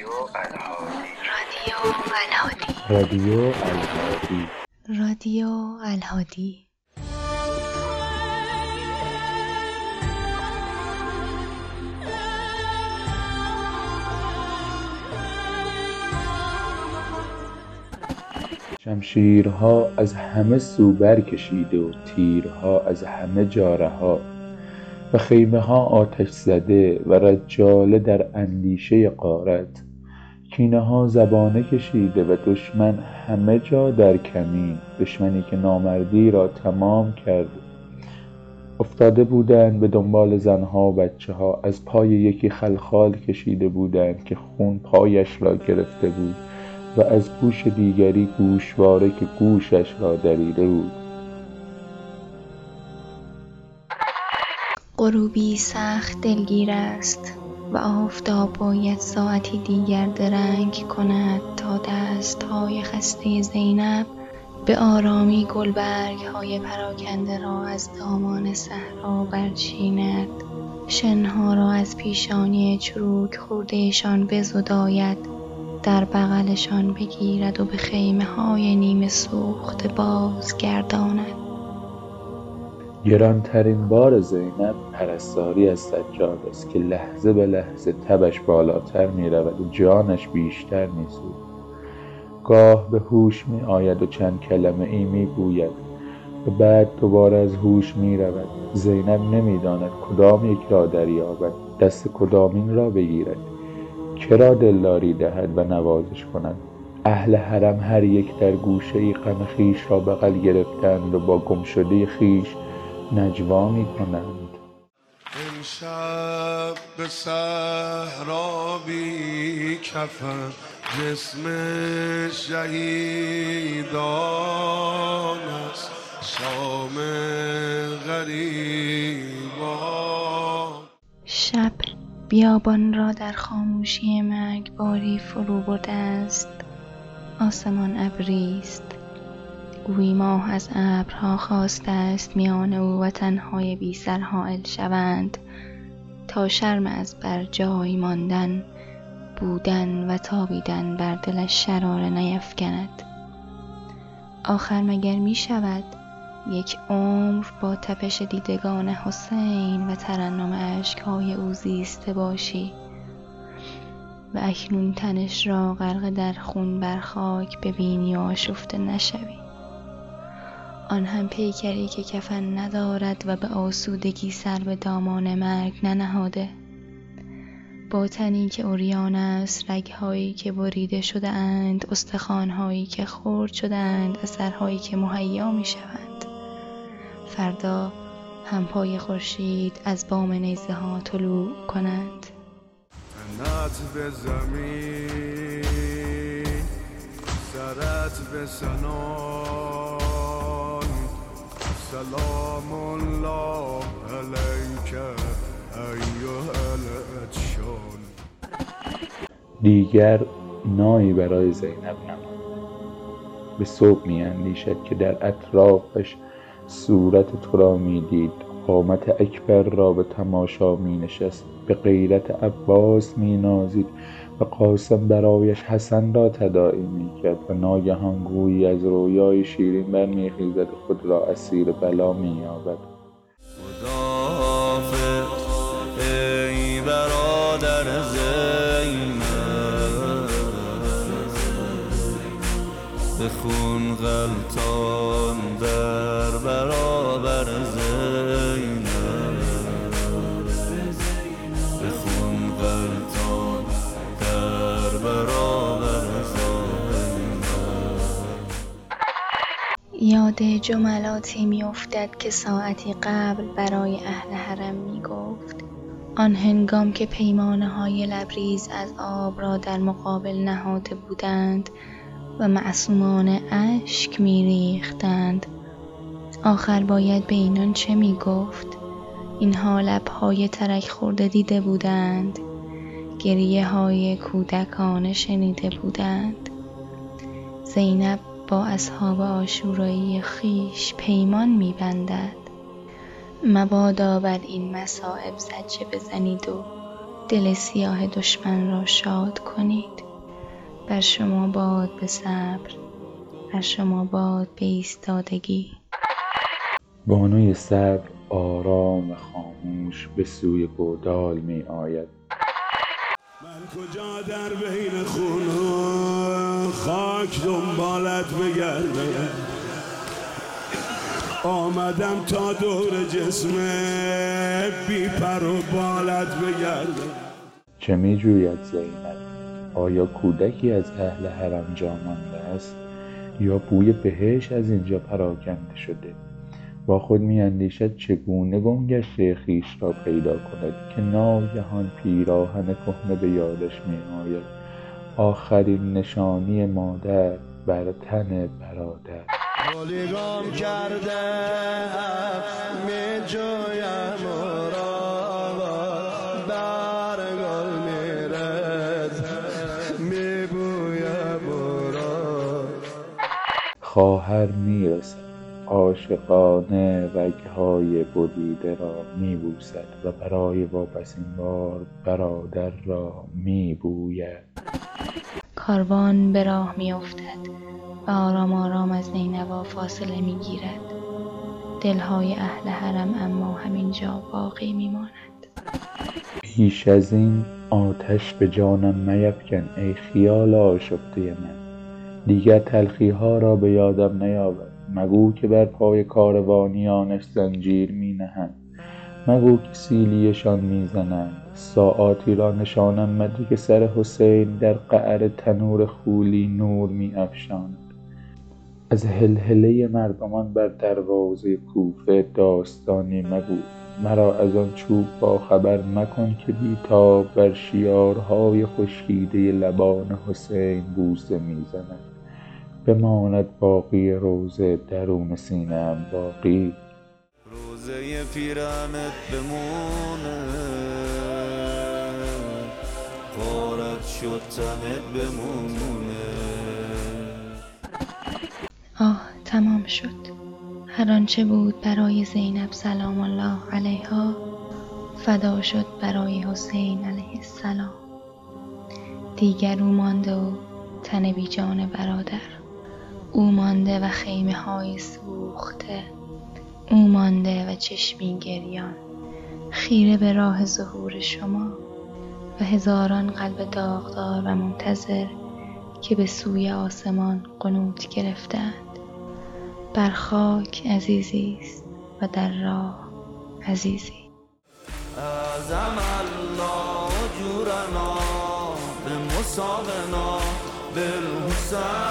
رادیو الهادی. رادیو الهادی. شمشیرها از همه سو برکشیده و تیرها از همه جا رها، و خیمه ها آتش زده و رجاله در اندیشه غارت. کینه ها زبانه کشیده و دشمن همه جا در کمین، دشمنی که نامردی را تمام کرده. افتاده بودند به دنبال زنها و بچه ها، از پای یکی خلخال کشیده بودند که خون پایش را گرفته بود و از گوش دیگری گوشواره که گوشش را دریده بود. غروبی سخت دلگیر است و آفتاب باید ساعتی دیگر درنگ کند تا دست‌های خسته زینب به آرامی گلبرگ‌های پراکنده را از دامان صحرا برچیند، شنها را از پیشانی چروک خوردهشان بزداید، در بغلشان بگیرد و به خیمه‌های نیمه سوخته بازگرداند. گرانترین بار زینب پرستاری از سجاد است که لحظه به لحظه تبش بالاتر می رود و جانش بیشتر می سوزد. گاه به هوش می آید و چند کلمه ای می گوید و بعد دوباره از هوش می رود. زینب نمی داند کدام یک را دریابد، دست کدامین را بگیرد، که را دلداری دهد و نوازش کند. اهل حرم هر یک در گوشه ای غم خویش را بغل گرفتند و با گمشده خویش نجوا می کنند. امشب به صحرا بی کفن جسم شهیدان است، شام غریبان. شب بیابان را در خاموشی مرگباری فرو برده است. آسمان ابریست، گویی ماه از ابرها خاسته است میان او و تنهای بی سر حائل شوند تا شرم از بر جای ماندن، بودن و تابیدن بر دلش شراره نیفکند. آخر مگر می شود یک عمر با تپش دیدگان حسین و ترنم اشک‌های او زیسته باشی و اکنون تنش را غرق در خون بر خاک ببینی و آشفته نشوی؟ آن هم پیکری که کفن ندارد و به آسودگی سر به دامان مرگ ننهاده، با تنی که عریان است، رگ‌هایی که بریده شده اند، استخوان‌هایی که خرد شده اند، اثرهایی که مهیا می‌شوند. فردا هم پای خورشید از بام نیزه ها طلوع کنند. تنت به زمین، سرت به سنان، سلام الله علیک ایها الاتشان. دیگر نایی برای زینب نماند. به صبح می اندیشد که در اطرافش صورت تو را می دید، قامت اکبر را به تماشا می نشست، به غیرت عباس می نازید و قاسم برایش حسن را تداعی می کرد و ناگهان گویی از رویای شیرین برمی خیزد و خود را اسیر بلا می یابد. خداحافظ ای برادر زینب، به خون غلطان در برابر زینب، به خون غلطان در برابر زینب. یاد جملاتی می افتد که ساعتی قبل برای اهل حرم می گفت. آن هنگام که پیمانه های لبریز از آب را در مقابل نهاده بودند و معصومان اشک می ریختند، آخر باید به اینان چه می گفت؟ اینها لبهای ترک خورده دیده بودند، گریه های کودکانه شنیده بودند. زینب با اصحاب عاشورایی خویش پیمان می بندد. مبادا بر این مصائب زجه بزنید و دل سیاه دشمن را شاد کنید. بر شما باد به صبر، بر شما باد به ایستادگی. بانوی صبر آرام و خاموش به سوی گودال می آید. من کجا در بین خون و خاک دنبالت بگردم، آمدم تا دور جسم بی پر و بالت بگردم. چه می جوید زینب؟ آیا کودکی از اهل حرم جا مانده است یا بوی بهشت از اینجا پراکنده شده؟ با خود می اندیشد چگونه گمگشته خویش را پیدا کند که ناگهان پیراهن کهنه به یادش می آید، آخرین نشانی مادر بر تن برادر. گلیگام کرده می جویم را بر گل می رد می بویم را. خواهر می رسد، عاشقانه رگ‌های بریده را می بوسد و برای واپسین بار برادر را می بوید. کاروان به راه می افتد و آرام آرام از نینوا فاصله می گیرد. دلهای اهل حرم اما همینجا باقی می ماند. پیش از این آتش به جانم میفکن ای خیال آشفته من، دیگر تلخی‌ها را به یادم نیاور. مگو که بر پای کاروانیانش زنجیر می نهند، مگو که سیلیشان می زنند. ساعاتی را نشانم مده که سر حسین در قعر تنور خولی نور می افشاند. از هلهله مردمان بر دروازه کوفه داستانی مگو، مرا از آن چوب با خبر مکن که بیتاب بر شیارهای خشکیده لبان حسین بوسه می زند. بماند باقی روزه درون سینه‌ام باقی. روزه پیرمت بمونه، غارت شد تنت بمونه. آه تمام شد. هر آنچه بود برای زینب سلام الله علیها فدا شد برای حسین علیه السلام. دیگر او مانده و تن بی جان برادر، او مانده و خیمه های سوخته، او مانده و چشمی گریان خیره به راه ظهور شما و هزاران قلب داغدار و منتظر که به سوی آسمان قنوت گرفتند. بر خاک عزیزی است و در راه عزیزی. اعظم الله جورنا به مساقنا بالحسین